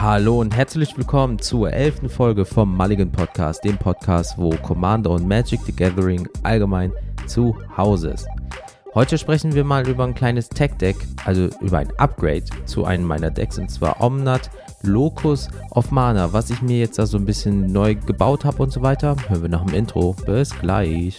Hallo und herzlich willkommen zur 11. Folge vom Mulligan Podcast, dem Podcast, wo Commander und Magic the Gathering allgemein zu Hause ist. Heute sprechen wir mal über ein kleines Tech-Deck, also über ein Upgrade zu einem meiner Decks, und zwar Omnath Locus of Mana, was ich mir jetzt da so ein bisschen neu gebaut habe und so weiter. Hören wir nach dem Intro. Bis gleich.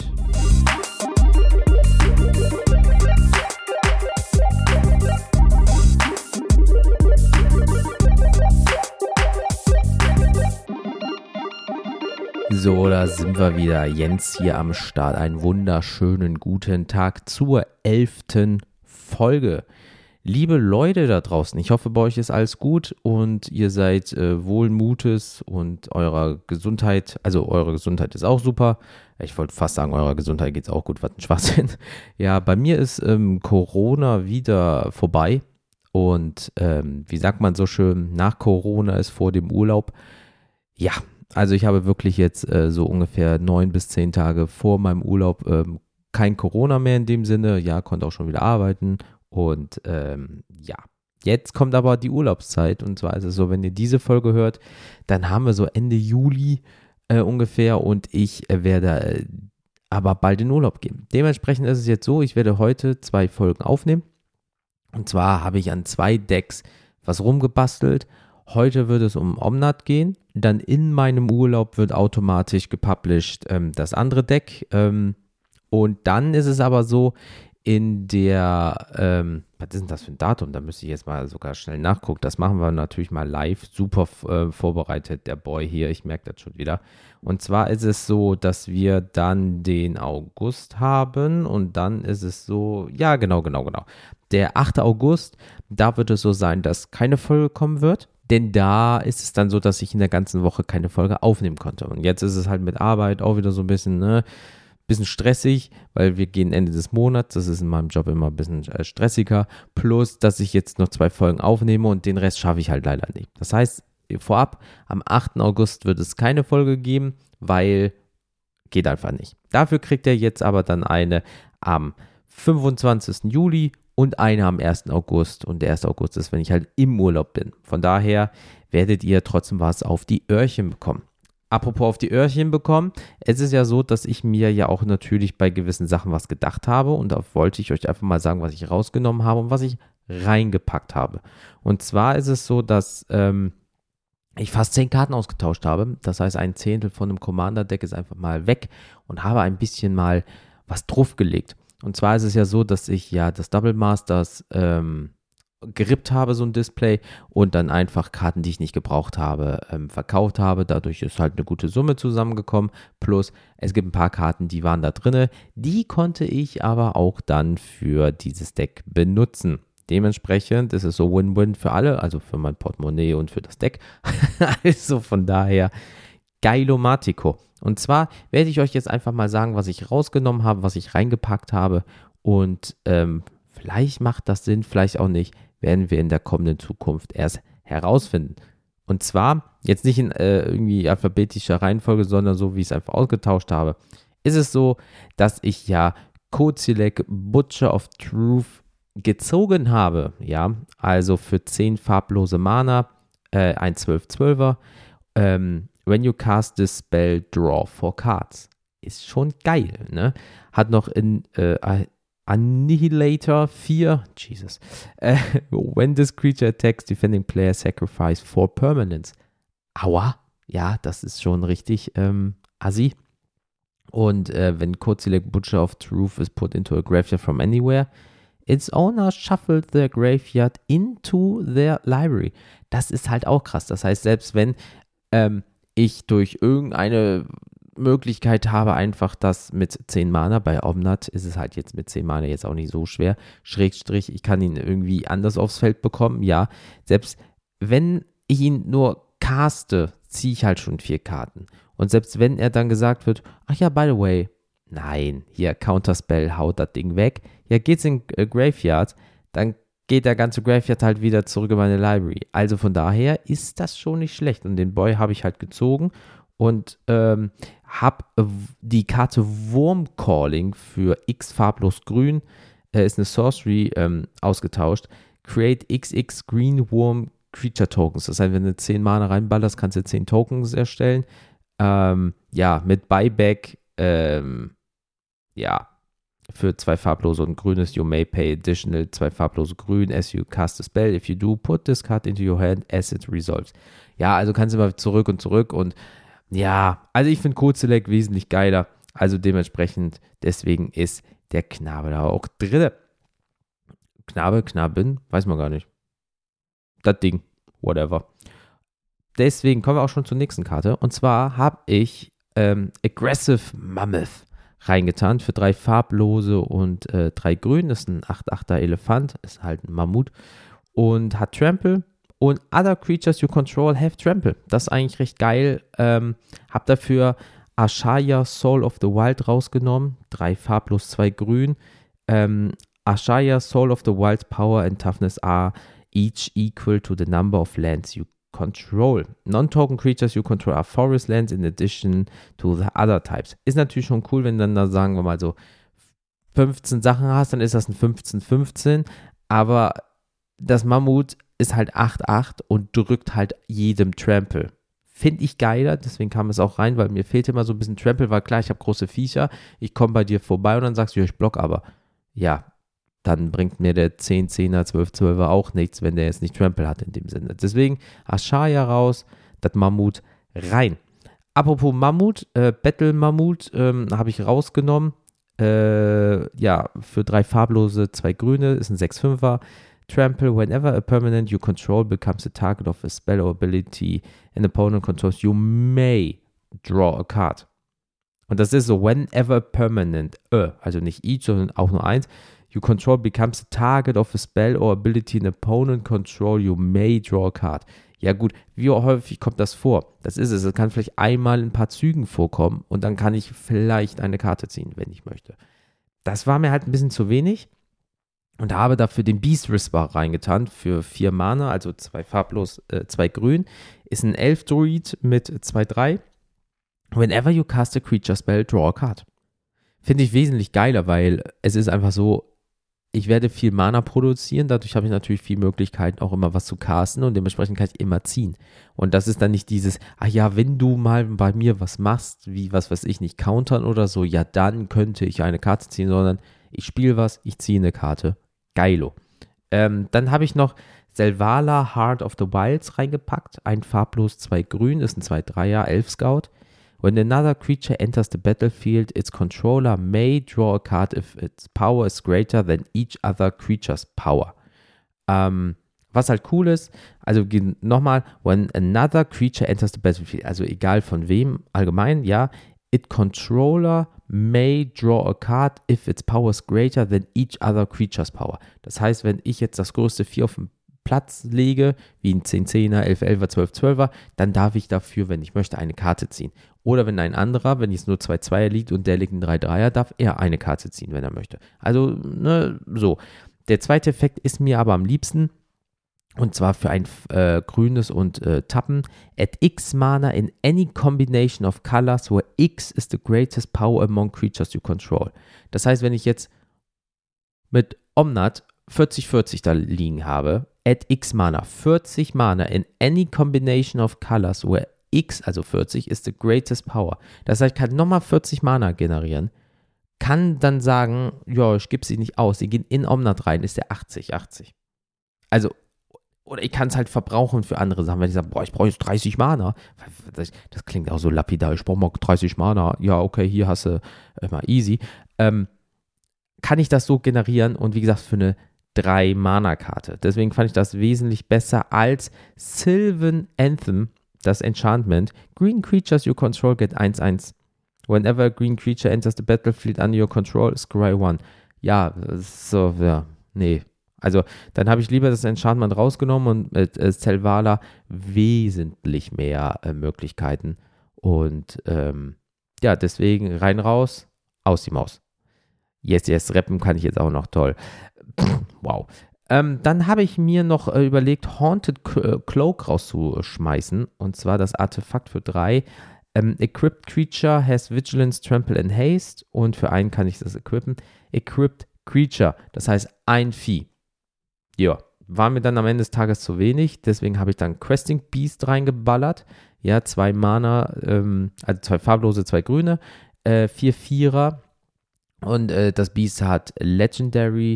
So, da sind wir wieder. Jens hier am Start. Einen wunderschönen guten Tag zur 11. Folge. Liebe Leute da draußen, ich hoffe, bei euch ist alles gut und ihr seid wohlen Mutes und eurer Gesundheit, also eure Gesundheit ist auch super. Ich wollte fast sagen, eurer Gesundheit geht es auch gut, was ein Schwachsinn. Ja, bei mir ist Corona wieder vorbei und wie sagt man so schön, nach Corona ist vor dem Urlaub. Ja, also ich habe wirklich jetzt so ungefähr 9 bis 10 Tage vor meinem Urlaub kein Corona mehr in dem Sinne. Ja, konnte auch schon wieder arbeiten und ja, jetzt kommt aber die Urlaubszeit und zwar ist es so, wenn ihr diese Folge hört, dann haben wir so Ende Juli ungefähr und ich werde aber bald in Urlaub gehen. Dementsprechend ist es jetzt so, ich werde heute 2 Folgen aufnehmen und zwar habe ich an 2 Decks was rumgebastelt. Heute wird es um Omnath gehen, dann in meinem Urlaub wird automatisch gepublished das andere Deck und dann ist es aber so, in der, was ist denn das für ein Datum? Da müsste ich jetzt mal sogar schnell nachgucken, das machen wir natürlich mal live, super vorbereitet, der Boy hier, ich merke das schon wieder. Und zwar ist es so, dass wir dann den August haben und dann ist es so, ja genau, der 8. August, da wird es so sein, dass keine Folge kommen wird. Denn da ist es dann so, dass ich in der ganzen Woche keine Folge aufnehmen konnte. Und jetzt ist es halt mit Arbeit auch wieder so ein bisschen stressig, weil wir gehen Ende des Monats. Das ist in meinem Job immer ein bisschen stressiger. Plus, dass ich jetzt noch 2 Folgen aufnehme und den Rest schaffe ich halt leider nicht. Das heißt, vorab, am 8. August wird es keine Folge geben, weil geht einfach nicht. Dafür kriegt er jetzt aber dann eine am 25. Juli und eine am 1. August. Und der 1. August ist, wenn ich halt im Urlaub bin. Von daher werdet ihr trotzdem was auf die Öhrchen bekommen. Apropos auf die Öhrchen bekommen, es ist ja so, dass ich mir ja auch natürlich bei gewissen Sachen was gedacht habe und da wollte ich euch einfach mal sagen, was ich rausgenommen habe und was ich reingepackt habe. Und zwar ist es so, dass ich fast 10 Karten ausgetauscht habe. Das heißt, ein Zehntel von einem Commander-Deck ist einfach mal weg und habe ein bisschen mal was draufgelegt. Und zwar ist es ja so, dass ich ja das Double Masters gerippt habe, so ein Display, und dann einfach Karten, die ich nicht gebraucht habe, verkauft habe. Dadurch ist halt eine gute Summe zusammengekommen. Plus, es gibt ein paar Karten, die waren da drin. Die konnte ich aber auch dann für dieses Deck benutzen. Dementsprechend ist es so Win-Win für alle, also für mein Portemonnaie und für das Deck. Also von daher, geilomatico. Und zwar werde ich euch jetzt einfach mal sagen, was ich rausgenommen habe, was ich reingepackt habe und vielleicht macht das Sinn, vielleicht auch nicht, werden wir in der kommenden Zukunft erst herausfinden. Und zwar jetzt nicht in irgendwie alphabetischer Reihenfolge, sondern so, wie ich es einfach ausgetauscht habe, ist es so, dass ich ja Kozilek Butcher of Truth gezogen habe, ja, also für 10 farblose Mana, ein 12-12er, when you cast this spell, draw 4 cards. Ist schon geil, ne? Hat noch in Annihilator 4, Jesus. When this creature attacks, defending player sacrifice 4 permanents. Aua, ja, das ist schon richtig assi. Und wenn Kozilek Butcher of Truth is put into a graveyard from anywhere, its owner shuffled their graveyard into their library. Das ist halt auch krass. Das heißt, selbst wenn ich durch irgendeine Möglichkeit habe, einfach das mit 10 Mana, bei Omnath ist es halt jetzt mit 10 Mana jetzt auch nicht so schwer, Schrägstrich, ich kann ihn irgendwie anders aufs Feld bekommen, ja, selbst wenn ich ihn nur caste, ziehe ich halt schon 4 Karten und selbst wenn er dann gesagt wird, ach ja, by the way, nein, hier Counterspell, haut das Ding weg, ja, geht's in Graveyard, dann geht der ganze Graveyard halt wieder zurück in meine Library. Also von daher ist das schon nicht schlecht. Und den Boy habe ich halt gezogen und habe die Karte Wurmcalling für X farblos grün, ist eine Sorcery ausgetauscht. Create XX Green Worm Creature Tokens. Das heißt, wenn du 10 Mana reinballerst, kannst du 10 Tokens erstellen. Mit Buyback, für 2 farblose und grünes, you may pay additional 2 farblose grün as you cast a spell. If you do, put this card into your hand as it resolves. Ja, also kannst du mal zurück und ja, also ich finde Code Select wesentlich geiler. Also dementsprechend, deswegen ist der Knabe da auch drin. Knabin, weiß man gar nicht. Das Ding, whatever. Deswegen kommen wir auch schon zur nächsten Karte. Und zwar habe ich Aggressive Mammoth reingetan für 3 farblose und 3 grün. Das ist ein 8-8er Elefant, ist halt ein Mammut und hat Trample. Und other creatures you control have Trample. Das ist eigentlich recht geil. Hab dafür Ashaya Soul of the Wild rausgenommen. 3 farblos, 2 grün. Ashaya Soul of the Wild's Power and Toughness are each equal to the number of lands you control. Non-token creatures you control are forest lands in addition to the other types. Ist natürlich schon cool, wenn du dann da, sagen wir mal so 15 Sachen hast, dann ist das ein 15-15, aber das Mammut ist halt 8-8 und drückt halt jedem Trample. Finde ich geiler, deswegen kam es auch rein, weil mir fehlte immer so ein bisschen Trample, weil klar, ich habe große Viecher, ich komme bei dir vorbei und dann sagst du, ja, ich block aber. Ja, dann bringt mir der 10-10er, 12-12er auch nichts, wenn der jetzt nicht Trample hat in dem Sinne. Deswegen Ashaya raus, das Mammut rein. Apropos Mammut, Battle Mammut habe ich rausgenommen. Für 3 farblose, 2 grüne, ist ein 6-5er. Trample, whenever a permanent you control becomes a target of a spell or ability an opponent controls, you may draw a card. Und das ist so, whenever permanent, also nicht each, sondern auch nur 1, you control becomes a target of a spell or ability an opponent control, you may draw a card. Ja gut, wie häufig kommt das vor? Das ist es, es kann vielleicht einmal in ein paar Zügen vorkommen und dann kann ich vielleicht eine Karte ziehen, wenn ich möchte. Das war mir halt ein bisschen zu wenig. Und habe dafür den Beast Whisperer reingetan für 4 Mana, also 2 farblos, 2 grün. Ist ein Elf-Druid mit 2-3. Whenever you cast a creature spell, draw a card. Finde ich wesentlich geiler, weil es ist einfach so, ich werde viel Mana produzieren, dadurch habe ich natürlich viel Möglichkeiten, auch immer was zu casten und dementsprechend kann ich immer ziehen. Und das ist dann nicht dieses, wenn du mal bei mir was machst, wie was weiß ich nicht, countern oder so, ja dann könnte ich eine Karte ziehen, sondern ich spiele was, ich ziehe eine Karte. Geilo. Dann habe ich noch Selvala Heart of the Wilds reingepackt. Ein farblos, 2 grün, ist ein 2-3er Elf-Scout. When another creature enters the battlefield, its controller may draw a card if its power is greater than each other creature's power. Was halt cool ist, also nochmal, when another creature enters the battlefield, also egal von wem, allgemein, ja, it controller may draw a card if its power is greater than each other creature's power. Das heißt, wenn ich jetzt das größte 4 auf den Platz lege, wie ein 10-10er, 11-11er, 12-12er, dann darf ich dafür, wenn ich möchte, eine Karte ziehen. Oder wenn ein anderer, wenn es nur 2-2er liegt und der liegt ein 3-3er, darf er eine Karte ziehen, wenn er möchte. Also, so. Der zweite Effekt ist mir aber am liebsten, und zwar für ein grünes und Tappen. Add X Mana in any combination of colors where X is the greatest power among creatures you control. Das heißt, wenn ich jetzt mit Omnath 40-40 da liegen habe, add X Mana, 40 Mana in any combination of colors where X, also 40, is the greatest power. Das heißt, ich kann nochmal 40 Mana generieren, kann dann sagen, ja, ich gebe sie nicht aus, sie gehen in Omnath rein, ist der 80-80. Also, oder ich kann es halt verbrauchen für andere Sachen, wenn ich sage, ich brauche jetzt 30 Mana. Das klingt auch so lapidar, ich brauche mal 30 Mana. Ja, okay, hier hast du mal easy. Kann ich das so generieren und wie gesagt für eine 3-Mana-Karte. Deswegen fand ich das wesentlich besser als Sylvan Anthem, das Enchantment. Green creatures you control get 1-1. Whenever a green creature enters the battlefield under your control, scry 1. Ja, so, ja, nee. Also, dann habe ich lieber das Enchantment rausgenommen und mit Selvala wesentlich mehr Möglichkeiten. Und deswegen rein, raus, aus die Maus. Yes, rappen kann ich jetzt auch noch, toll. Wow. Dann habe ich mir noch überlegt, Haunted Cloak rauszuschmeißen. Und zwar das Artefakt für 3. Equipped Creature has Vigilance, Trample and Haste. Und für einen kann ich das equippen. Equipped Creature, das heißt ein Vieh. Ja, war mir dann am Ende des Tages zu wenig, deswegen habe ich dann Questing Beast reingeballert. Ja, 2 Mana, also 2 farblose, 2 grüne, 4 Vierer und das Beast hat Legendary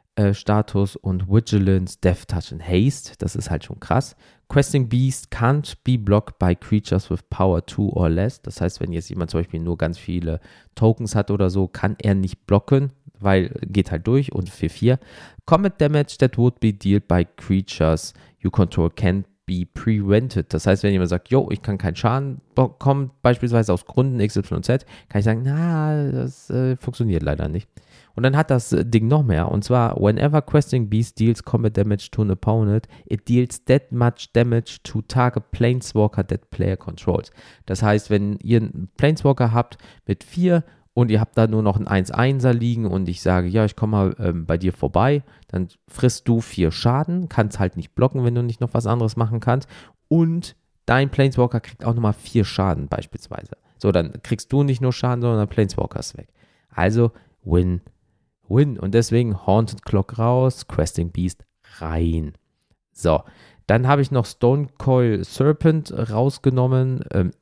Status und Vigilance, Death Touch und Haste. Das ist halt schon krass. Questing Beast can't be blocked by creatures with power 2 or less. Das heißt, wenn jetzt jemand zum Beispiel nur ganz viele Tokens hat oder so, kann er nicht blocken, weil geht halt durch und 4-4. Combat Damage that would be dealt by creatures you control can be prevented. Das heißt, wenn jemand sagt, yo, ich kann keinen Schaden bekommen, beispielsweise aus Gründen XYZ, kann ich sagen, na, das funktioniert leider nicht. Und dann hat das Ding noch mehr, und zwar, whenever Questing Beast deals combat damage to an opponent, it deals that much damage to target Planeswalker that player controls. Das heißt, wenn ihr einen Planeswalker habt mit 4 und ihr habt da nur noch einen 1-1er liegen und ich sage, ja, ich komme mal bei dir vorbei, dann frisst du 4 Schaden, kannst halt nicht blocken, wenn du nicht noch was anderes machen kannst, und dein Planeswalker kriegt auch nochmal 4 Schaden beispielsweise. So, dann kriegst du nicht nur Schaden, sondern der Planeswalker ist weg. Also, win. Und deswegen Haunted Clock raus, Questing Beast rein. So, dann habe ich noch Stonecoil Serpent rausgenommen,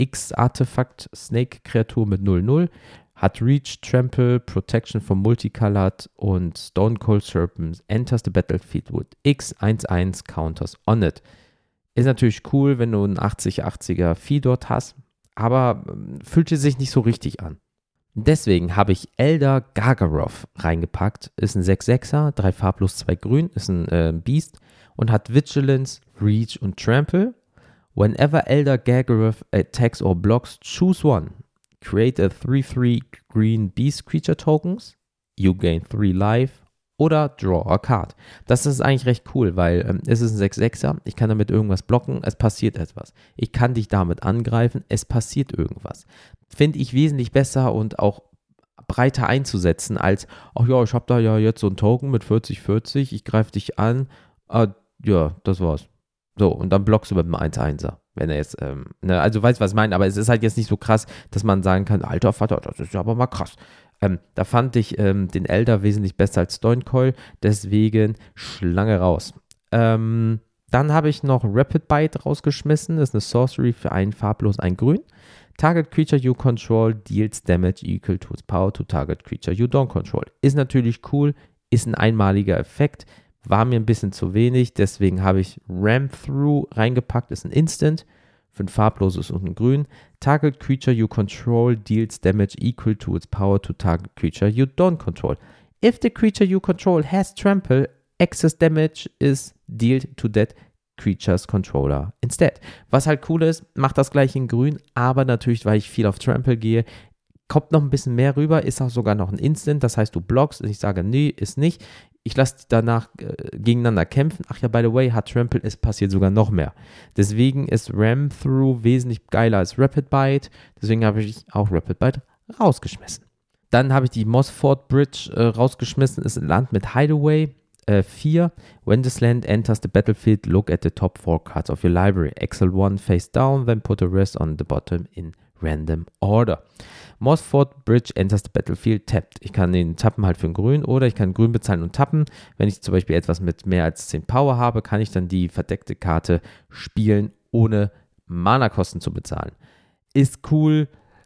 X-Artefakt Snake-Kreatur mit 0/0, hat Reach, Trample, Protection from Multicolored und Stonecoil Serpent enters the battlefield with X 1/1 counters on it. Ist natürlich cool, wenn du einen 80/80er Vieh dort hast, aber fühlte sich nicht so richtig an. Deswegen habe ich Elder Gargaroth reingepackt. Ist ein 6/6er, 3 farblos, 2 grün, ist ein Beast und hat Vigilance, Reach und Trample. Whenever Elder Gargaroth attacks or blocks, choose one. Create a 3/3 green Beast Creature Tokens. You gain 3 life. Oder draw a card. Das ist eigentlich recht cool, weil es ist ein 6/6er, ich kann damit irgendwas blocken, es passiert etwas. Ich kann dich damit angreifen, es passiert irgendwas. Finde ich wesentlich besser und auch breiter einzusetzen als, ach ja, ich habe da ja jetzt so einen Token mit 40/40, ich greife dich an, ja, das war's. So, und dann blockst du mit einem 1/1er. Wenn er jetzt, also weißt du, was ich meine, aber es ist halt jetzt nicht so krass, dass man sagen kann, alter Vater, das ist ja aber mal krass. Da fand ich den Elder wesentlich besser als Stonecoil, deswegen Schlange raus. Dann habe ich noch Rapid Bite rausgeschmissen, das ist eine Sorcery für einen farblos, ein grün. Target creature you control deals damage equal to its power to target creature you don't control. Ist natürlich cool, ist ein einmaliger Effekt, war mir ein bisschen zu wenig, deswegen habe ich Ramp Through reingepackt, ist ein Instant, für ein farbloses und ein grün. Target creature you control deals damage equal to its power to target creature you don't control. If the creature you control has trample, excess damage is dealt to that creatures controller instead. Was halt cool ist, macht das gleich in grün, aber natürlich, weil ich viel auf Trample gehe, kommt noch ein bisschen mehr rüber, ist auch sogar noch ein Instant, das heißt, du blockst und ich sage, nee, ist nicht. Ich lasse die danach gegeneinander kämpfen. Ach ja, by the way, hat Trample, es passiert sogar noch mehr. Deswegen ist Ram Through wesentlich geiler als Rapid Bite. Deswegen habe ich auch Rapid Bite rausgeschmissen. Dann habe ich die Mossford Bridge rausgeschmissen. Ist ein Land mit Hideaway. 4. When this land enters the battlefield, look at the top 4 cards of your library. Exile 1 face down, then put the rest on the bottom in random order. Mossford Bridge enters the battlefield tapped. Ich kann den tappen halt für ein Grün oder ich kann Grün bezahlen und tappen. Wenn ich zum Beispiel etwas mit mehr als 10 Power habe, kann ich dann die verdeckte Karte spielen, ohne Mana-Kosten zu bezahlen. Ist cool,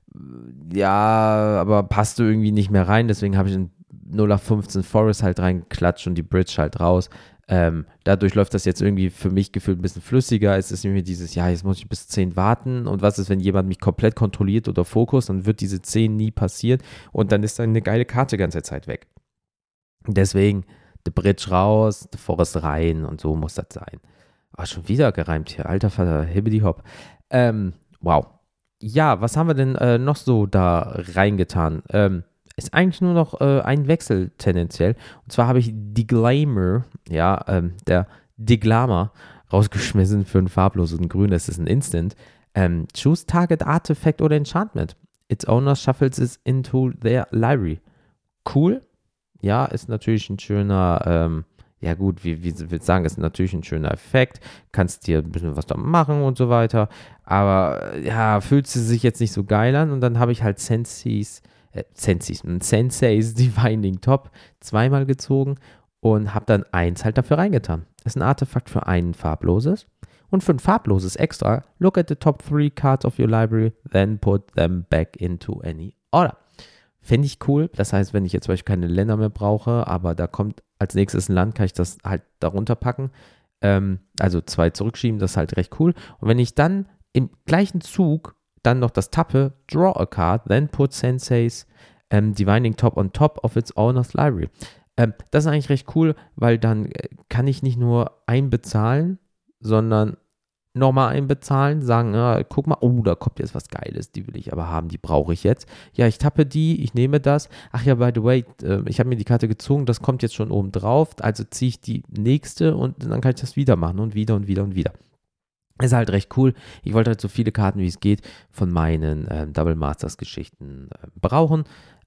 ja, aber passte irgendwie nicht mehr rein, deswegen habe ich einen 0815 Forest halt reingeklatscht und die Bridge halt raus. Dadurch läuft das jetzt irgendwie für mich gefühlt ein bisschen flüssiger. Es ist irgendwie dieses, ja, jetzt muss ich bis 10 warten und was ist, wenn jemand mich komplett kontrolliert oder fokussiert, dann wird diese 10 nie passieren und dann ist dann eine geile Karte die ganze Zeit weg. Deswegen, the Bridge raus, the Forest rein und so muss das sein. Schon wieder gereimt hier, alter Vater, hibbidi hopp. Wow. Ja, was haben wir denn noch so da reingetan? Ist eigentlich nur noch ein Wechsel tendenziell. Und zwar habe ich Deglamer, der Deglamer, rausgeschmissen für ein farbloses und grün. Das ist ein Instant. Choose Target Artifact oder Enchantment. Its owner shuffles it into their library. Cool. Ja, ist natürlich ein schöner, ja gut, wie will ich sagen, ist natürlich ein schöner Effekt. Kannst dir ein bisschen was da machen und so weiter. Aber ja, fühlt sie sich jetzt nicht so geil an. Und dann habe ich halt Sensei's Divining Top zweimal gezogen und habe dann 1 halt dafür reingetan. ist ein Artefakt für ein farbloses. Und für ein farbloses extra, look at the top 3 cards of your library, then put them back into any order. Finde ich cool. Das heißt, wenn ich jetzt zum Beispiel keine Länder mehr brauche, aber da kommt als nächstes ein Land, kann ich das halt darunter packen. Also 2 zurückschieben, das ist halt recht cool. Und wenn ich dann im gleichen Zug dann noch das tappe, draw a card, then put Sensei's Divining Top on top of its owner's library. Das ist eigentlich recht cool, weil dann kann ich nicht nur einbezahlen, sondern nochmal einbezahlen, sagen, guck mal, oh, da kommt jetzt was Geiles, die will ich aber haben, die brauche ich jetzt. Ja, ich tappe die, ich nehme das. Ach ja, by the way, ich habe mir die Karte gezogen, das kommt jetzt schon oben drauf, also ziehe ich die nächste und dann kann ich das wieder machen und wieder und wieder und wieder. Ist halt recht cool. Ich wollte halt so viele Karten, wie es geht, von meinen Double Masters Geschichten brauchen.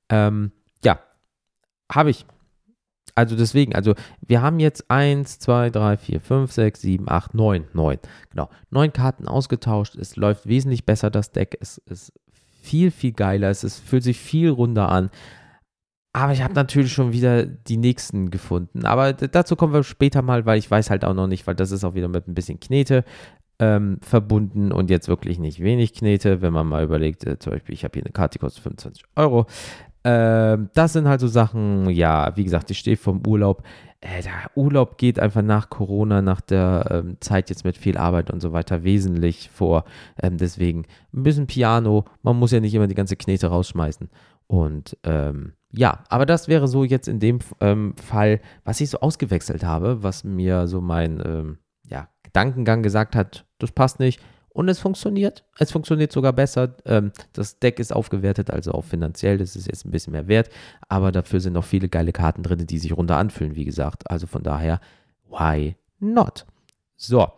Ja, habe ich. Also deswegen, wir haben jetzt 1, 2, 3, 4, 5, 6, 7, 8, 9, genau, 9 Karten ausgetauscht. Es läuft wesentlich besser, das Deck. Es ist viel, viel geiler. Es fühlt sich viel runder an. Aber ich habe natürlich schon wieder die nächsten gefunden. Aber dazu kommen wir später mal, weil ich weiß halt auch noch nicht, weil das ist auch wieder mit ein bisschen Knete verbunden und jetzt wirklich nicht wenig Knete, wenn man mal überlegt, zum Beispiel, ich habe hier eine Karte, die kostet 25 Euro. Das sind halt so Sachen, ja, wie gesagt, ich stehe vom Urlaub. Der Urlaub geht einfach nach Corona, nach der Zeit jetzt mit viel Arbeit und so weiter wesentlich vor. Deswegen ein bisschen Piano, man muss ja nicht immer die ganze Knete rausschmeißen. Und ja, aber das wäre so jetzt in dem Fall, was ich so ausgewechselt habe, was mir so mein Gedankengang gesagt hat, das passt nicht. Und es funktioniert. Es funktioniert sogar besser. Das Deck ist aufgewertet, also auch finanziell. Das ist jetzt ein bisschen mehr wert. Aber dafür sind noch viele geile Karten drin, die sich runter anfühlen, wie gesagt. Also von daher, why not? So.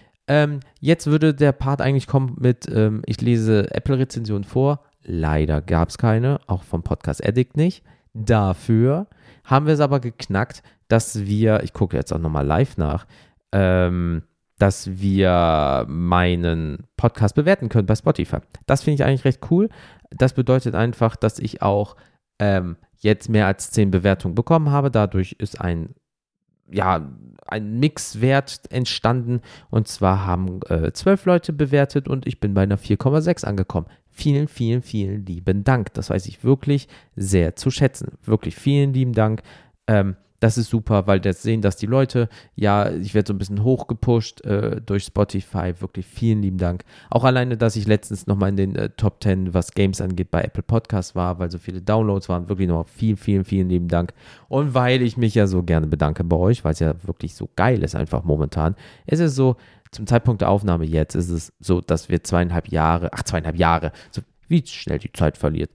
Jetzt würde der Part eigentlich kommen mit, ich lese Apple-Rezensionen vor. Leider gab es keine, auch vom Podcast Addict nicht. Dafür haben wir es aber geknackt, dass wir, ich gucke jetzt auch nochmal live nach, dass wir meinen Podcast bewerten können bei Spotify. Das finde ich eigentlich recht cool. Das bedeutet einfach, dass ich auch jetzt mehr als 10 Bewertungen bekommen habe. Dadurch ist ein Mixwert entstanden. Und zwar haben 12 Leute bewertet und ich bin bei einer 4,6 angekommen. Vielen, vielen, vielen lieben Dank. Das weiß ich wirklich sehr zu schätzen. Wirklich vielen lieben Dank. Das ist super, weil das sehen, dass die Leute, ja, ich werde so ein bisschen hochgepusht durch Spotify, wirklich vielen lieben Dank. Auch alleine, dass ich letztens nochmal in den Top 10, was Games angeht, bei Apple Podcasts war, weil so viele Downloads waren, wirklich nochmal vielen, vielen, vielen lieben Dank. Und weil ich mich ja so gerne bedanke bei euch, weil es ja wirklich so geil ist einfach momentan. Es ist so, zum Zeitpunkt der Aufnahme jetzt ist es so, dass wir 2,5 Jahre, so wie schnell die Zeit verfliegt,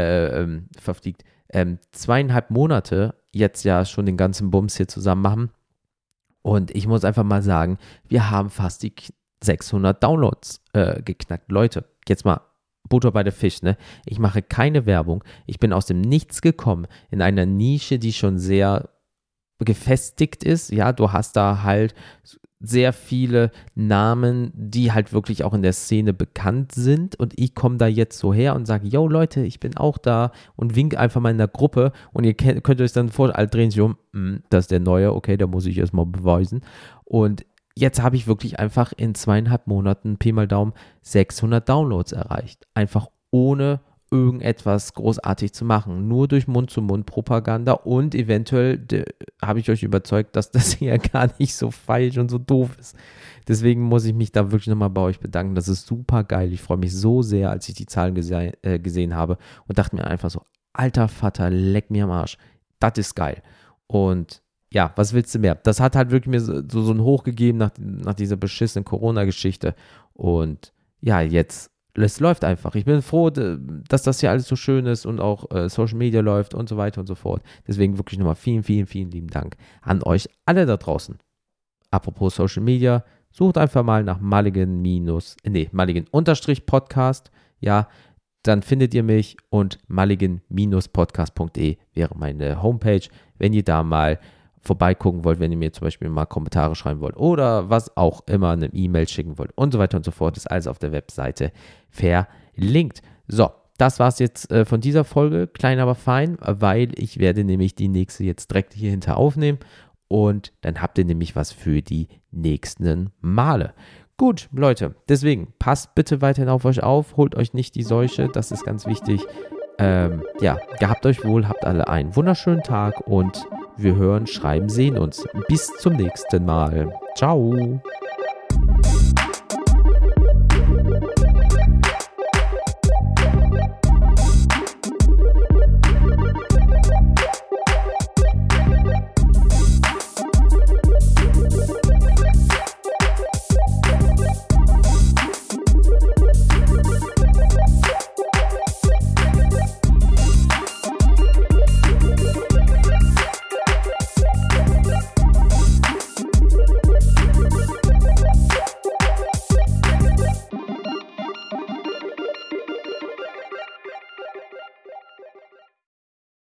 2,5 Monate jetzt ja schon den ganzen Bums hier zusammen machen. Und ich muss einfach mal sagen, wir haben fast die 600 Downloads geknackt. Leute, jetzt mal Butter bei der Fisch, ne? Ich mache keine Werbung. Ich bin aus dem Nichts gekommen in einer Nische, die schon sehr gefestigt ist. Ja, du hast da halt sehr viele Namen, die halt wirklich auch in der Szene bekannt sind und ich komme da jetzt so her und sage, yo Leute, ich bin auch da und wink einfach mal in der Gruppe und ihr könnt euch dann vorstellen, drehen sich um, das ist der Neue, okay, da muss ich erstmal beweisen und jetzt habe ich wirklich einfach in 2,5 Monaten, Pi mal Daumen, 600 Downloads erreicht, einfach ohne irgendetwas großartig zu machen, nur durch Mund-zu-Mund-Propaganda und eventuell habe ich euch überzeugt, dass das hier gar nicht so falsch und so doof ist. Deswegen muss ich mich da wirklich nochmal bei euch bedanken. Das ist super geil. Ich freue mich so sehr, als ich die Zahlen gesehen habe und dachte mir einfach so, alter Vater, leck mir am Arsch. Das ist geil. Und ja, was willst du mehr? Das hat halt wirklich mir so ein Hoch gegeben nach dieser beschissenen Corona-Geschichte und ja, jetzt es läuft einfach. Ich bin froh, dass das hier alles so schön ist und auch Social Media läuft und so weiter und so fort. Deswegen wirklich nochmal vielen, vielen, vielen lieben Dank an euch alle da draußen. Apropos Social Media, sucht einfach mal nach Mulligan-Podcast, ja, dann findet ihr mich und mulligan-podcast.de wäre meine Homepage, wenn ihr da mal vorbeigucken wollt, wenn ihr mir zum Beispiel mal Kommentare schreiben wollt oder was auch immer, eine E-Mail schicken wollt und so weiter und so fort, ist alles auf der Webseite verlinkt. So, das war's jetzt von dieser Folge, klein aber fein, weil ich werde nämlich die nächste jetzt direkt hier hinter aufnehmen und dann habt ihr nämlich was für die nächsten Male. Gut, Leute, deswegen passt bitte weiterhin auf euch auf, holt euch nicht die Seuche, das ist ganz wichtig. Gehabt euch wohl, habt alle einen wunderschönen Tag und wir hören, schreiben, sehen uns. Bis zum nächsten Mal. Ciao.